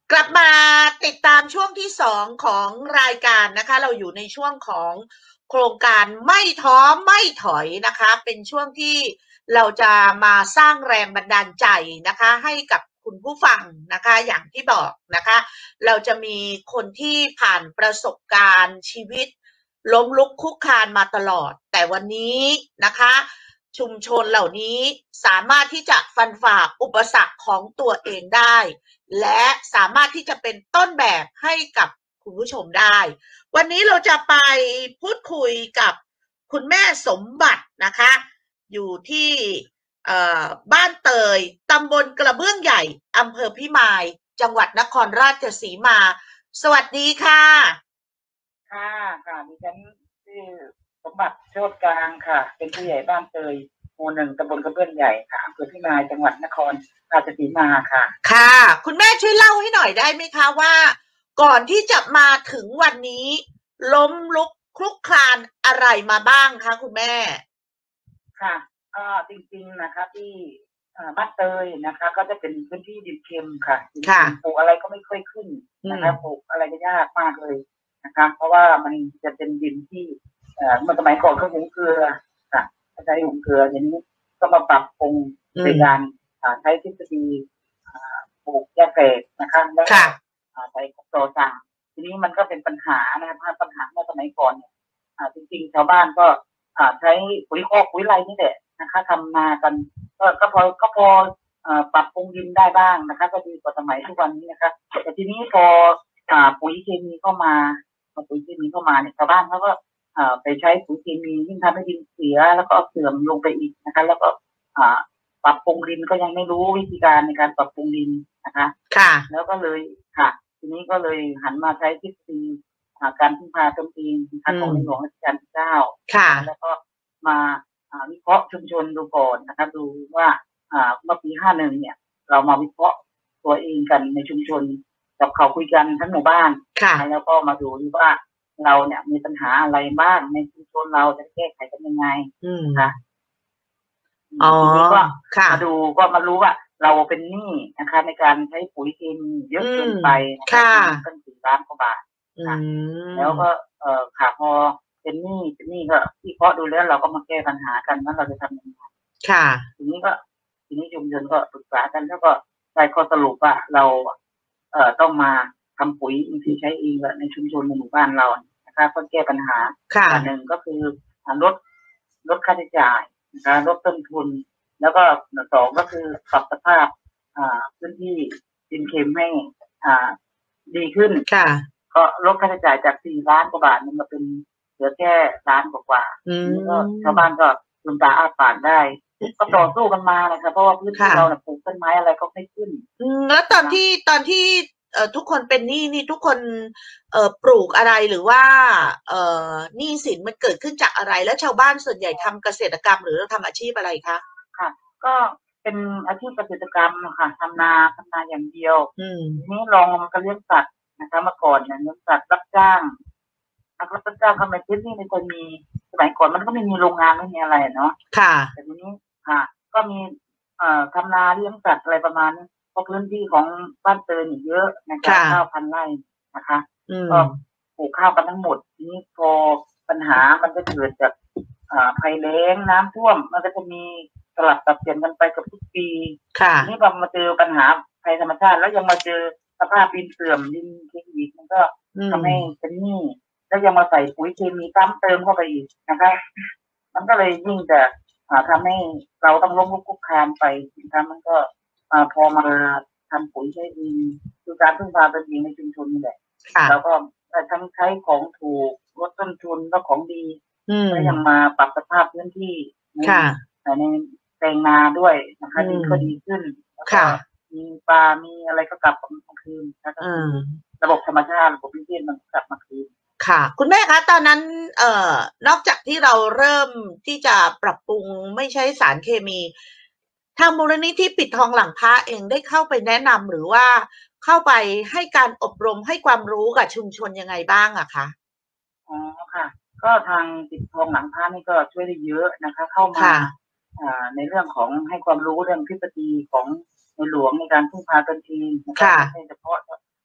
กลับมาติดตามช่วงที่สองของรายการนะคะเราอยู่ในช่วงของโครงการไม่ท้อไม่ถอยนะคะเป็นช่วงที่เราจะมาสร้างแรงบันดาลใจนะคะให้กับคุณผู้ฟังนะคะอย่างที่บอกนะคะเราจะมีคนที่ผ่านประสบการณ์ชีวิตล้มลุกคลุกคลานมาตลอดแต่วันนี้นะคะชุมชนเหล่านี้สามารถที่จะฟันฝ่าอุปสรรคของตัวเองได้ และสามารถที่จะเป็นต้นแบบให้กับคุณผู้ชมได้ วันนี้เราจะไปพูดคุยกับคุณแม่สมบัตินะคะ อยู่ที่บ้านเตยตำบลกระเบื้องใหญ่อำเภอพิมายจังหวัดนครราชสีมา สวัสดีค่ะค่ะค่ะดิฉันชื่อสมบัติโชติกลางค่ะเป็นผู้ใหญ่บ้านเตยหมู่ 1ตำบลกระเบื้องใหญ่ค่ะอำเภอพิมายจังหวัดนครราชสีมาค่ะค่ะคุณแม่ช่วยเล่าให้หน่อยได้ไหมคะว่าก่อนที่จะมาถึงวันนี้ล้มลุกคลุกคลานอะไรมาบ้างคะคุณแม่ค่ะจริงๆนะคะที่บ้านเตยนะคะก็จะเป็นพื้นที่ดินเค็มค่ะดินเค็มปลูกอะไรก็ไม่ค่อยขึ้นนะคะปลูกอะไรก็ยากมากเลยนะคะเพราะว่ามันจะเป็นดินที่เมื่อสมัยก่อนเขาหุงเกลือค่ะใช้หุงเกลืออย่างนี้ก็มาปรับปรุงโดยการใช้ทฤษฎีปลูกแยกเศษนะคะแล้วก็ใช้โตสั่งทีนี้มันก็เป็นปัญหานะคะปัญหาเมื่อสมัยก่อนเนี่ยจริงๆชาวบ้านก็ใช้ปุ๋ยคอกปุ๋ยไรนี่แหละนะคะทำนากันก็พอปรับปรุงดินได้บ้างนะคะก็ดีกว่าสมัยทุกวันนี้นะคะแต่ทีนี้พอปุ๋ยเคมีเข้ามาปุ๋ยเคมีเข้ามาเนี่ยชาวบ้านเขาก็ไปใช้ปุ๋ยเคมียิ่งทำให้ดินเสียแล้วก็เสื่อมลงไปอีกนะคะแล้วก็ปรับปรุงดินก็ยังไม่รู้วิธีการในการปรับปรุงดินนะคะค่ะแล้วก็เลยค่ะทีนี้ก็เลยหันมาใช้ทฤษฎีการพึ่งพาตนเองนะคะของในหลวงรัชกาลที่ 9 ค่ะแล้วก็มาวิเคราะห์ชุมชนดูก่อนนะคะดูว่าเมื่อปี 51เนี่ยเรามาวิเคราะห์ตัวเองกันในชุมชนกับเขาคุยกันทั้งหมู่บ้านแล้วก็มาดูว่าเราเนี่ยมีปัญหาอะไรบ้างในชุมชนเราจะแก้ไขกันยังไงนะคะทีนี้ก็มาดูก็มารู้ว่าเราเป็นหนี้นะคะในการใช้ปุ๋ยเคมีเยอะเกินไปนะคะตั้ง4 ล้านกว่าบาทแล้วก็ค่ะพอเป็นหนี้ก็วิเคราะห์ดูแล้วเราก็มาแก้ปัญหากันว่าเราจะทำยังไงค่ะทีนี้ชุมชนก็ปรึกษากันแล้วก็ได้ข้อสรุปว่าเราต้องมาทำปุ๋ยอินทรีย์ใช้เองในชุมชนในหมู่บ้านเรานะคะเพื่อแก้ปัญหาหนึ่งก็คือลดค่าใช้จ่ายนะคะลดต้นทุนแล้วก็2ก็คือปรับสภาพพื้นที่ดินเค็มให้ดีขึ้นก็ลดค่าใช้จ่ายจาก4 ล้านกว่าบาทมันมาเป็นเหลือแค่ล้านกว่าก็ชาวบ้านก็ลืมตาอ้าปากได้ก็ต่อสู้กันมานะคะเพราะว่าพื้นที่เราเนี่ยปลูกต้นไม้อะไรก็ไม่ขึ้นแล้วตอนที่ทุกคนเป็นหนี้นี่ทุกคนปลูกอะไรหรือว่าหนี้สินมันเกิดขึ้นจากอะไรแล้วชาวบ้านส่วนใหญ่ทำเกษตรกรรมหรือทำอาชีพอะไรคะค่ะก็เป็นอาชีพเกษตรกรรมค่ะทำนาอย่างเดียวนี้ลองมาเลี้ยงสัตว์นะคะเมื่อก่อนเนี่ยเลี้ยงสัตว์รับจ้างรับจ้างทำในพื้นที่ในคนมีสมัยก่อนมันก็ไม่มีโรงงานไม่มีอะไรเนาะค่ะแต่ทีนี้ค่ะก็มีทำนาเลี้ยงสัตว์อะไรประมาณนี้เพราะพื้นที่ของบ้านเตยเยอะนะคะข้าว1,000 ไร่นะคะก็ปลูกข้าวกันทั้งหมดทีนี้พอปัญหามันจะเกิดจากภัยแล้งน้ำท่วมมันก็จะมีสลับสับเปลี่ยนกันไปกับทุกปีทีนี้พอมาเจอปัญหาภัยธรรมชาติแล้วยังมาเจอสภาพดินเสื่อมดินเคมีมันก็ทำให้เป็นหนี้แล้วยังมาใส่ปุ๋ยเคมีซ้ำเติมเข้าไปอีกนะคะมันก็เลยยิ่งจะทำให้เราต้องล้มลุกคลุกคลานไปนะคะมันก็พอมาทำปุ๋ยใช้เองคือการพึ่งพาตนเองในชุมชนนี่แหละเราก็ทั้งใช้ของถูกลดต้นทุนแล้วของดีแล้วยังมาปรับสภาพพื้นที่ในแปลงนาด้วยนะคะดินก็ดีขึ้นแล้วก็มีปลามีอะไรก็กลับมาคืนนะคะระบบธรรมชาติระบบนิเวศมันกลับมาคืนค่ะคุณแม่คะตอนนั้นนอกจากที่เราเริ่มที่จะปรับปรุงไม่ใช้สารเคมีทางมูลนิธิปิดทองหลังพระเองได้เข้าไปแนะนำหรือว่าเข้าไปให้การอบรมให้ความรู้กับชุมชนยังไงบ้างอะคะอ๋อค่ะก็ทางปิดทองหลังพระนี่ก็ช่วยได้เยอะนะคะเข้ามาในเรื่องของให้ความรู้เรื่องทฤษฎีของในหลวงในการพึ่งพาตนเองนะคะไม่ใช่เฉพาะ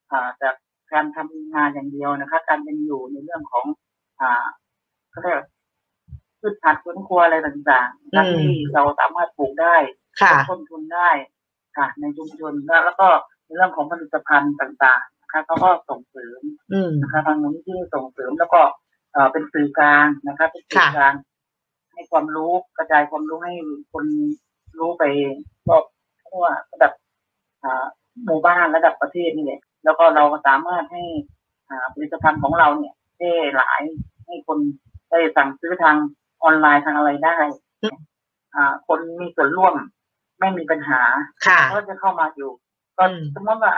จากการทำงานอย่างเดียวนะคะการเป็นอยู่ในเรื่องของเขาเรียกพืชผักสวนครัวอะไรต่างๆที่เราสามารถปลูกได้ลดต้นทุนได้ค่ะในชุมชนแล้วก็ในเรื่องของผลิตภัณฑ์ต่างๆนะคะเขาก็ส่งเสริมนะคะทางมูลนิธิส่งเสริมแล้วก็เป็นสื่อกลางนะคะเป็นสื่อกลางให้ความรู้กระจายความรู้ให้คนรู้ไปรอบทั่วระดับหมู่บ้านระดับประเทศนี่แหละแล้วก็เราก็สามารถให้ผลิตภัณฑ์ของเราเนี่ยได้หลายให้คนได้สั่งซื้อทางออนไลน์ทางอะไรได้คนมีส่วนร่วมไม่มีปัญหาก็จะเข้ามาอยู่ก็สมมติว่า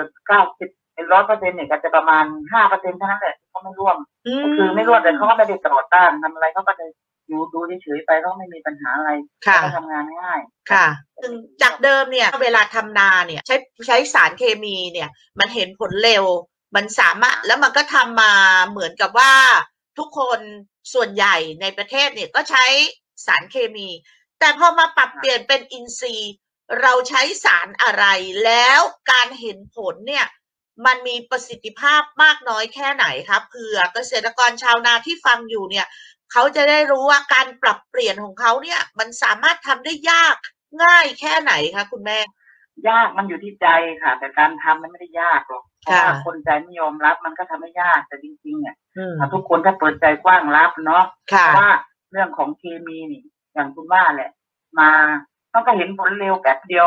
90-100%เนี่ยก็จะประมาณ5%เท่านั้นแหละเขาไม่ร่วมก็คือไม่ร่วมแต่เขาก็ไม่ได้ต่อต้านทำอะไรเขาก็จะอยู่ดูเฉยๆไปเขาไม่มีปัญหาอะไรก็ทำงานง่ายค่ะจากเดิมเนี่ยเวลาทำนาเนี่ยใช้สารเคมีเนี่ยมันเห็นผลเร็วมันสามารถแล้วมันก็ทำมาเหมือนกับว่าทุกคนส่วนใหญ่ในประเทศเนี่ยก็ใช้สารเคมีแต่พอมาปรับเปลี่ยนเป็นอินทรีย์เราใช้สารอะไรแล้วการเห็นผลเนี่ยมันมีประสิทธิภาพมากน้อยแค่ไหนครับเผื่อเกษตรกรชาวนาที่ฟังอยู่เนี่ยเขาจะได้รู้ว่าการปรับเปลี่ยนของเขาเนี่ยมันสามารถทำได้ยากง่ายแค่ไหนคะคุณแม่ยากมันอยู่ที่ใจค่ะแต่การทำมันไม่ได้ยากหรอกเพราะว่าคนใจไม่ยอมรับมันก็ทำไม่ยากแต่จริงๆเนี่ยทุกคนถ้าเปิดใจกว้างรับเนาะเพราะว่าเรื่องของเคมีนี่อย่างคุณว่าแหละมาต้องก็เห็นผลเร็วแป๊บเดียว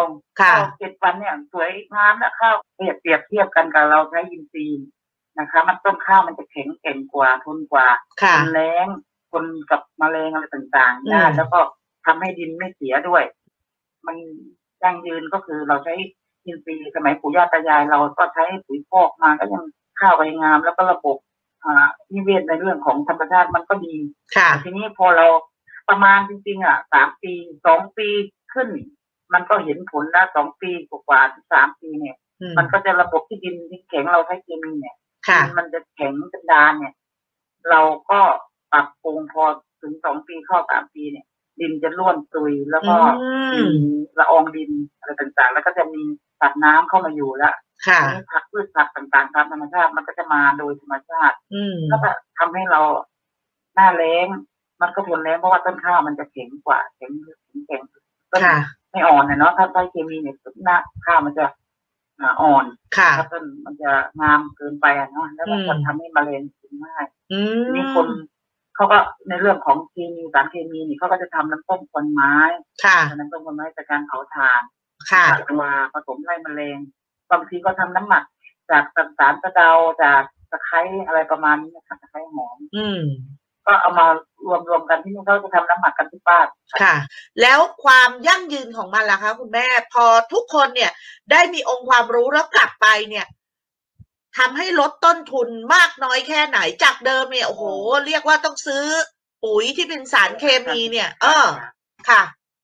7 วันเนี่ยสวยงามแล้วข้าวเปรียบเทียบกันกับเราใช้อินทรีย์นะคะมันต้นข้าวมันจะแข็งแกร่งกว่าทนกว่าทนแล้งคนกับแมลงอะไรต่างๆได้แล้วก็ทำให้ดินไม่เสียด้วยมันยั่งยืนก็คือเราใช้อินทรีย์สมัยปู่ย่าตายายเราก็ใช้ปุ๋ยคอกมาก็ยังข้าวใบงามแล้วก็ระบบนิเวศในเรื่องของธรรมชาติมันก็ดีทีนี้พอเราประมาณจริงๆ3 ปี2 ปีขึ้นมันก็เห็นผลแล้ว2 ปีกว่า3 ปีเนี่ยมันก็จะระบบที่ดินที่แข็งเราใช้เคมีเนี่ยมันจะแข็งเป็นดานเนี่ยเราก็ปรับปรุงพอถึง2 ปีเข้า3 ปีเนี่ยดินจะร่วนซุยแล้วก็มีละอองดินอะไรต่างๆแล้วก็จะมีสัตว์น้ำเข้ามาอยู่แล้วมีผักพืชผักต่างๆตามธรรมชาติมันก็จะมาโดยธรรมชาติแล้วก็ทำให้เราหน้าแล้งมันก็ทนแล้งเพราะว่าต้นข้าวมันจะแข็งกว่าแข็งต้นไม่อ่อนเนาะถ้าใช้เคมีเนี่ยหน้าข้าวมันจะอ่อนถ้าต้นมันจะงามเกินไปเนาะแล้วมันจะทำให้แมลงกินง่ายนี่คนเขาก็ในเรื่องของเคมีสารเคมีนี่เขาก็จะทำน้ำต้มควันไม้น้ำต้มควันไม้จากการเผาถ่านมาผสมไล่แมลงบางทีก็ทำน้ำหมักจากสารตะเดาจากตะไคร้อะไรประมาณนี้นะคะตะไคร้หอมก็เอามารวมกันที่นี่เขาจะทำน้ำหมักกันที่บ้านค่ะแล้วความยั่งยืนของมันล่ะคะคุณแม่พอทุกคนเนี่ยได้มีองค์ความรู้แล้วกลับไปเนี่ยทำให้ลดต้นทุนมากน้อยแค่ไหนจากเดิมเนี่ยโอ้โหเรียกว่าต้องซื้อปุ๋ยที่เป็นสารเคมีเนี่ยค่ะ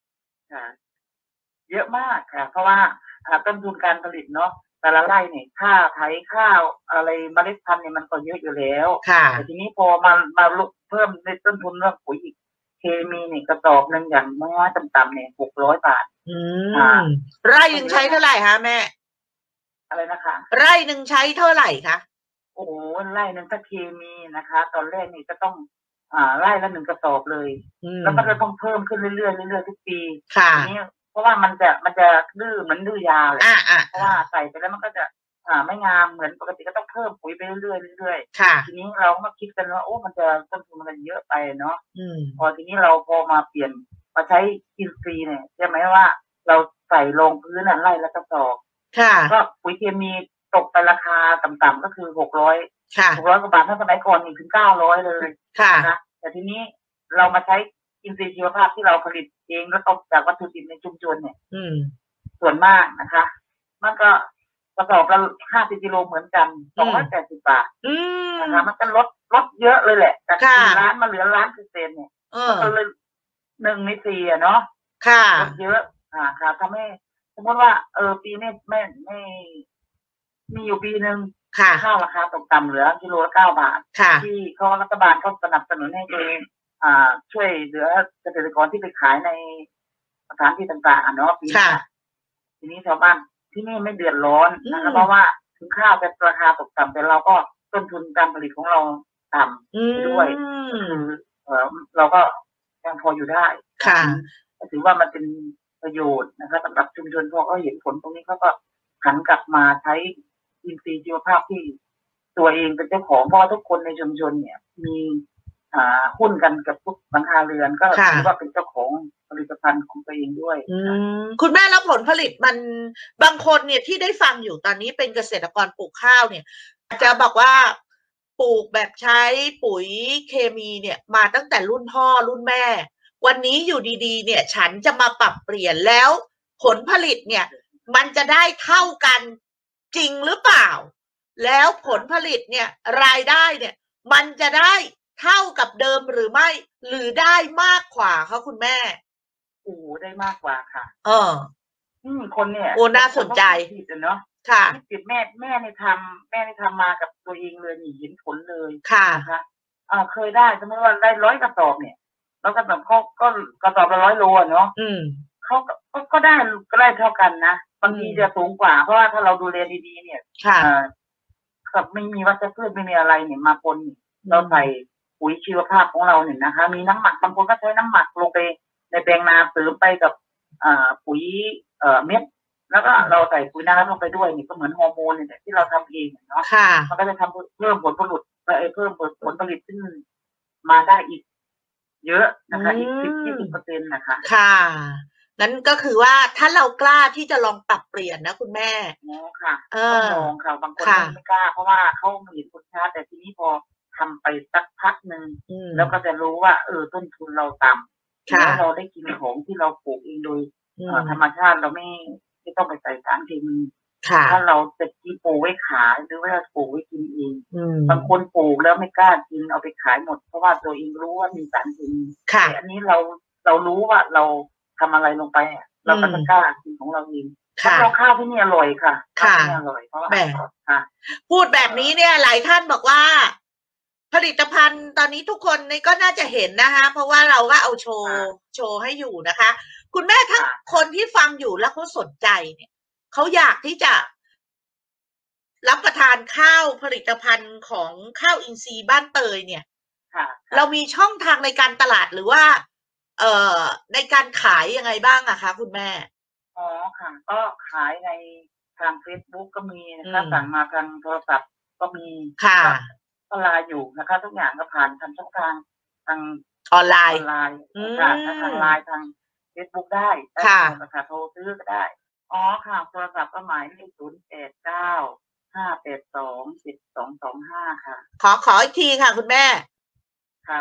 เยอะมากค่ะเพราะว่าต้นทุนการผลิตเนาะแต่ละไร่เนี่ยค่าไถข้าวอะไรเมล็ดพันธุ์เนี่ยมันก็เยอะอยู่แล้วแต่ทีนี้พอมาเพิ่มในต้นทุนเรื่องปุ๋ยอีกเคมีเนี่ยกระสอบนึงอย่างน้อยต่ำๆเนี่ย600 บาทไร่หนึ่งใช้เท่าไหร่คะแม่อะไรนะคะไร่หนึ่งใช้เท่าไหร่คะโอ้โหไร่หนึ่งถ้าเคมีนะคะตอนแรกนี่จะต้องไร่ละ1 กระสอบเลยแล้วก็จะต้องเพิ่มขึ้นเรื่อยๆทุกปีทีนี้เพราะว่ามันจะดื้อเหมือนดื้อยาเลยเพราะว่าใส่ไปแล้วมันก็จะไม่งามเหมือนปกติก็ต้องเพิ่มปุ๋ยไปเรื่อยๆทีนี้เราก็มาคิดกันว่าโอ้มันจะต้นทุนมันเยอะไปเนาะพอทีนี้เราพอมาเปลี่ยนมาใช้อินทรีย์เนี่ยใช่ไหมว่าเราใส่ลงพื้นไร่ละกระสอบก็ปุ๋ยเคมีตกไปราคาต่ำๆก็คือ600 กว่าบาทถ้าสมัยก่อนถึง900เลยนะแต่ทีนี้เรามาใช้อินทรีย์ชีวภาพที่เราผลิตเองแล้วตกจากวัตถุดิบในชุมชนเนี่ยส่วนมากนะคะมันก็กระสอบละ50 กิโลเหมือนกัน280 บาทนะคะมันก็ลดเยอะเลยแหละจาก1 ล้านมาเหลือ1 ล้าน%เนี่ยก็เลย1 ใน 4เนาะลดเยอะค่ะทำให้สมมติว่าปีนี้ไม่มีอยู่ปีนึงข้าวราคาตกต่ำเหลือกิโลละ9 บาทที่เขารัฐบาลเขาสนับสนุนให้ตัวเองช่วยเหลือเกษตรกรที่ไปขายในสถานที่ต่างๆเนาะปีนี้ทีนี้ชาวบ้านที่นี่ไม่เดือดร้อนนะคะเพราะว่าถึงข้าวจะราคาตกต่ำแต่เราก็ต้นทุนการผลิตของเราต่ำไปด้วยคือเราก็ยังพออยู่ได้ค่ะถือว่ามันเป็นประโยชน์นะคะสำหรับชุมชนพอเขาเห็นผลตรงนี้เขาก็หันกลับมาใช้อินทรีย์ชีวภาพที่ตัวเองเป็นเจ้าของเพราะว่าทุกคนในชุมชนเนี่ยมีหุ้นกันกับทุกหลังคาเรือนก็ถือว่าเป็นเจ้าของผลิตภัณฑ์ของตัวเองด้วยคุณแม่แล้วผลผลิตมันบางคนเนี่ยที่ได้ฟังอยู่ตอนนี้เป็นเกษตรกรปลูกข้าวเนี่ยจะบอกว่าปลูกแบบใช้ปุ๋ยเคมีเนี่ยมาตั้งแต่รุ่นพ่อรุ่นแม่วันนี้อยู่ดีๆเนี่ยฉันจะมาปรับเปลี่ยนแล้วผลผลิตเนี่ยมันจะได้เท่ากันจริงหรือเปล่าแล้วผลผลิตเนี่ยรายได้เนี่ยมันจะได้เท่ากับเดิมหรือไม่หรือได้มากกว่าคะคุณแม่ได้มากกว่าค่ะคนเนี่ยโอ้น่าสนใจเนาะค่ะติดแม่ในทำมากับตัวเองเลยนี่เห็นผลเลยค่ะนะคะเคยได้สมมติว่าได้100 กระสอบเนี่ยแล้วก็แบบก็กระสอบละ100 โลเนาะเขาก็ได้เท่ากันนะบางทีจะสูงกว่าเพราะว่าถ้าเราดูแลดีๆเนี่ยกับไม่มีวัชพืชไม่มีอะไรเนี่ยมาปนเราใส่ปุ๋ยชีวภาพของเราเนี่ยนะคะมีน้ำหมักบางคนก็ใช้น้ำหมักลงไปในแปลงนาเสริมไปกับปุ๋ยเม็ดแล้วก็เราใส่ปุ๋ยน้ำลงไปด้วยนี่ก็เหมือนฮอร์โมนเนี่ยที่เราทำเองเนาะมันก็จะทำเพิ่มผลผลิตเพิ่มผลผลิตขึ้นมาได้อีกเยอะนะคะอีก10-20%นะคะค่ะนั้นก็คือว่าถ้าเรากล้าที่จะลองปรับเปลี่ยนนะคุณแม่ค่ะต้องลองค่ะบางคนไม่กล้าเพราะว่าเขาเห็นคุณค่าแต่ทีนี้พอทำไปสักพักหนึ่งแล้วก็จะรู้ว่าต้นทุนเราต่ำแล้วเราได้กินของที่เราปลูกเองโดยธรรมชาติเราไม่ต้องไปใส่สารเคมีถ้าเราจะกินปลูกไว้ขายหรือว่าปลูกไว้กินเองบางคนปลูกแล้วไม่กล้ากินเอาไปขายหมดเพราะว่าตัวเองรู้ว่ามีสารเคมีแต่อันนี้เรารู้ว่าเราทำอะไรลงไปเราก็จะกล้ากินของเราเองข้าวที่นี่อร่อยค่ะข้าวที่นี่อร่อยเพราะว่าพูดแบบนี้เนี่ยหลายท่านบอกว่าผลิตภัณฑ์ตอนนี้ทุกคนนี่ก็น่าจะเห็นนะคะเพราะว่าเราก็เอาโชว์ให้อยู่นะคะคุณแม่ทั้งคนที่ฟังอยู่แล้วเขาสนใจเนี่ยเขาอยากที่จะรับประทานข้าวผลิตภัณฑ์ของข้าวอินทรีย์บ้านเตยเนี่ยเรามีช่องทางในการตลาดหรือว่าในการขายยังไงบ้างอะคะคุณแม่ค่ะก็ขายในทาง Facebook ก็มีนะคะสั่งมาทางโทรศัพท์ก็มีค่ะก็ไลน์อยู่นะคะทุกอย่างก็ผ่านทางช่องทางออนไลน์ค่ะทางไลน์ทาง Facebook ได้ค่ะโทรซื้อก็ได้ค่ะโทรศัพท์ก็หมายเลข089-582-7225ค่ะขออีกทีค่ะคุณแม่ค่ะ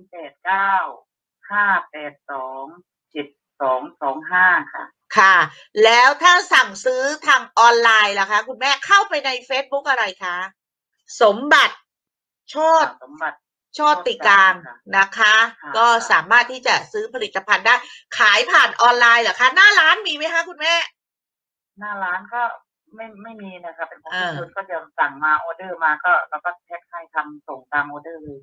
089-582-7225ค่ะค่ะแล้วถ้าสั่งซื้อทางออนไลน์ล่ะคะคุณแม่เข้าไปใน Facebook อะไรคะสมบัติโชติการนะคะก็สามารถที่จะซื้อผลิตภัณฑ์ได้ขายผ่านออนไลน์เหรอคะหน้าร้านมีไหมคะคุณแม่หน้าร้านก็ไม่มีนะคะเป็นของชุมชนก็จะสั่งมาออเดอร์มาก็เราก็แพ็คให้ทำส่งตามออเดอร์เลย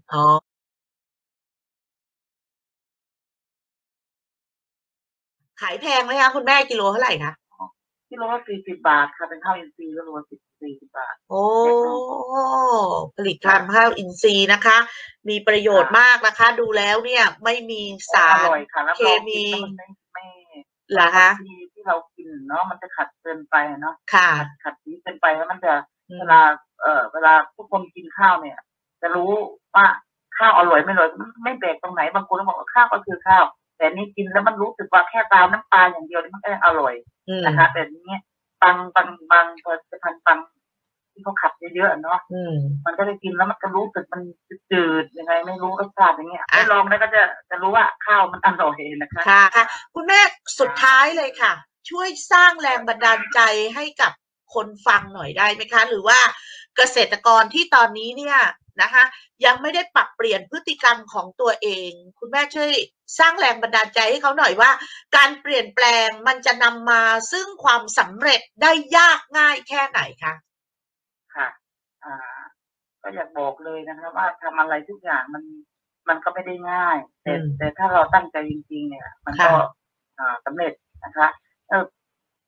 ขายแพงไหมคะคุณแม่กิโลเท่าไหร่คะกิโลละ40 บาทค่ะเป็นข้าวอินทรีย์ก็โล40 บาทโอ้ผลิตภัณฑ์ข้าวอินทรีย์นะคะมีประโยชน์มากนะคะดูแล้วเนี่ยไม่มีสารเคมีไม่เหรอคะที่เรากินเนาะมันจะขัดเกินไปเนาะขัดสีเกินไปแล้วมันจะเวลาทุกคนกินข้าวเนี่ยจะรู้ว่าข้าวอร่อยไม่อร่อยไม่แปลกตรงไหนบางคนก็บอกว่าข้าวก็คือข้าวแต่นี่กินแล้วมันรู้สึกว่าแค่ตามน้ำปลาอย่างเดียวมันก็ยังอร่อยนะคะแต่นี้บางผลิตภัณฑ์ที่เขาขัดเยอะๆเนาะมันก็จะกินแล้วมันก็รู้สึกมันจืดยังไงไม่รู้รสชาติอย่างเงี้ยไม่ลองแล้วก็จะรู้ว่าข้าวมันอร่อยนะคะค่ะคุณแม่สุดท้ายเลยค่ะช่วยสร้างแรงบันดาลใจให้กับคนฟังหน่อยได้ไหมคะหรือว่าเกษตรกรที่ตอนนี้เนี่ยนะคะยังไม่ได้ปรับเปลี่ยนพฤติกรรมของตัวเองคุณแม่ช่วยสร้างแรงบันดาลใจให้เขาหน่อยว่าการเปลี่ยนแปลงมันจะนำมาซึ่งความสำเร็จได้ยากง่ายแค่ไหนคะค่ะก็อยากบอกเลยนะคะว่าทำอะไรทุกอย่างมันก็ไม่ได้ง่ายแต่ถ้าเราตั้งใจจริงๆเนี่ยมันก็สำเร็จนะคะ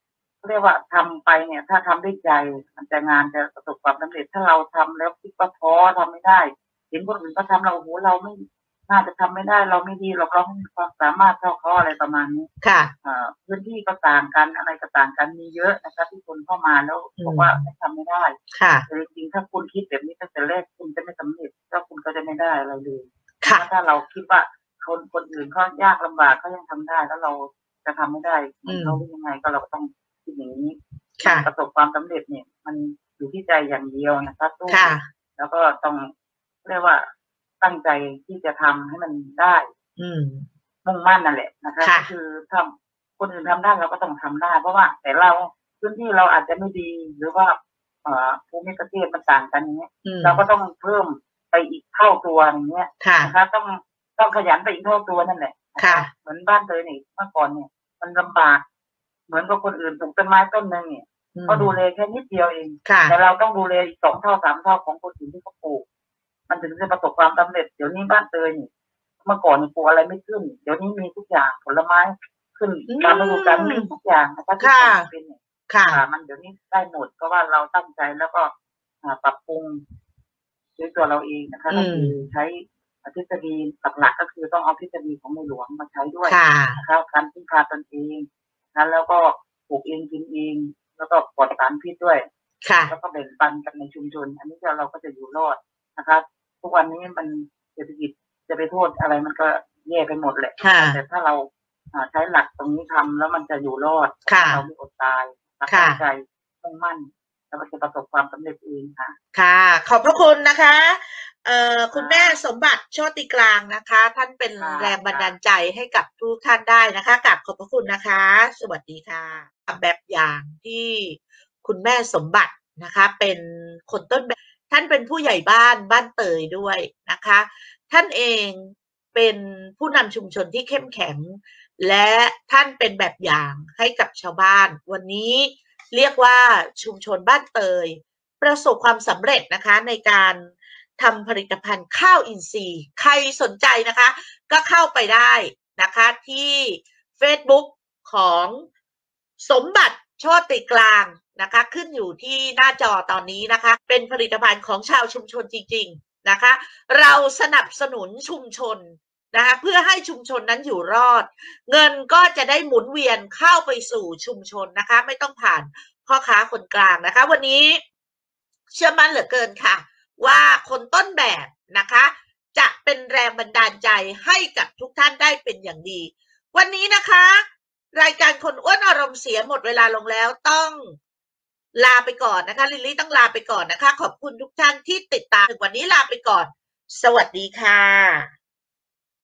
เรียกว่าทำไปเนี่ยถ้าทำด้วยใจมันจะงานจะประสบความสำเร็จถ้าเราทำแล้วคิดว่าท้อทำไม่ได้เห็นคนอื่นก็ทำเราโอ้โหเราไม่น่าจะทำไม่ได้เราไม่ดีเราไม่มีความสามารถเท่าเขาอะไรประมาณนี้ค่ะพื้นที่ก็ต่างกันอะไรก็ต่างกันมีเยอะนะคะที่คนเข้ามาแล้วบอกว่าไม่ทำไม่ได้ค่ะแต่จริงๆถ้าคุณคิดแบบนี้ตั้งแต่แรกคุณจะไม่สำเร็จแล้วคุณก็จะไม่ได้อะไรเลยค่ะถ้าเราคิดว่าคนอื่นเขายากลำบากเขายังทำได้แล้วเราจะทำไม่ได้เขายังไงก็เราต้องคิดอย่างนี้ประสบความสำเร็จเนี่ยมันอยู่ที่ใจอย่างเดียวนะคะตู้แล้วก็ต้องเรียกว่าตั้งใจที่จะทำให้มันได้มุ่งมั่นนั่นแหละนะคะก็คือถ้าคนอื่นทำได้เราก็ต้องทำได้เพราะว่าแต่เราพื้นที่เราอาจจะไม่ดีหรือว่าภูมิประเทศมันต่างกันอย่างเงี้ยเราก็ต้องเพิ่มไปอีกเท่าตัวอย่างเงี้ยนะคะต้องขยันไปอีกเท่าตัวนั่นแหละเหมือนบ้านเตยนี่เมื่อก่อนเนี่ยมันลำบากเหมือนกับคนอื่นปลูกต้นไม้ต้นหนึ่งเนี่ยก็ดูแลแค่นิดเดียวเองแต่เราต้องดูแลอีก2 เท่า 3 เท่าของคนอื่นที่เขาปลูกมันถึงจะประสบความสำเร็จเดี๋ยวนี้บ้านเตยนี่เมื่อก่อนนี่ปลูกอะไรไม่ขึ้นเดี๋ยวนี้มีทุกอย่างผลไม้ขึ้นตามฤดูกาลมีทุกอย่างนะคะที่เป็นมันเดี๋ยวนี้ได้หมดเพราะว่าเราตั้งใจแล้วก็ปรับปรุงด้วยตัวเราเองนะคะก็คือใช้ทฤษฎีหลักๆก็คือต้องเอาทฤษฎีของในหลวงมาใช้ด้วยนะคะการพึ่งพาตนเองนะแล้วก็ปลูกเองกินเองแล้วก็ปลอดสารพิษด้วยแล้วก็แบ่งปันกันในชุมชนอันนี้เราก็จะอยู่รอดนะคะทุกวันนี้มันเศรษฐกิจจะไปโทษอะไรมันก็แย่ไปหมดแหละแต่ถ้าเราใช้หลักตรงนี้ทำแล้วมันจะอยู่รอดเราไม่อดตายตั้งใจมุ่งมั่นแล้วก็จะประสบความสำเร็จเองค่ะค่ะขอบพระคุณนะคะคุณแม่สมบัติโชติกลางนะคะท่านเป็นแรงบันดาลใจให้กับทุกท่านได้นะคะกราบขอบพระคุณนะคะสวัสดีค่ะแบบอย่างที่คุณแม่สมบัตินะคะเป็นคนต้นแบบท่านเป็นผู้ใหญ่บ้านเตยด้วยนะคะท่านเองเป็นผู้นำชุมชนที่เข้มแข็งและท่านเป็นแบบอย่างให้กับชาวบ้านวันนี้เรียกว่าชุมชนบ้านเตยประสบความสำเร็จนะคะในการทำผลิตภัณฑ์ข้าวอินทรีย์ใครสนใจนะคะก็เข้าไปได้นะคะที่ Facebook ของสมบัติโชติกลางนะคะขึ้นอยู่ที่หน้าจอตอนนี้นะคะเป็นผลิตภัณฑ์ของชาวชุมชนจริงๆนะคะเราสนับสนุนชุมชนนะคะเพื่อให้ชุมชนนั้นอยู่รอดเงินก็จะได้หมุนเวียนเข้าไปสู่ชุมชนนะคะไม่ต้องผ่านพ่อค้าคนกลางนะคะวันนี้เชื่อมั่นเหลือเกินค่ะว่าคนต้นแบบนะคะจะเป็นแรงบันดาลใจให้กับทุกท่านได้เป็นอย่างดีวันนี้นะคะรายการคนอ้วนอารมณ์เสียหมดเวลาลงแล้วต้องลาไปก่อนนะคะลิลลี่ต้องลาไปก่อนนะคะขอบคุณทุกท่านที่ติดตามวันนี้ลาไปก่อนสวัสดีค่ะ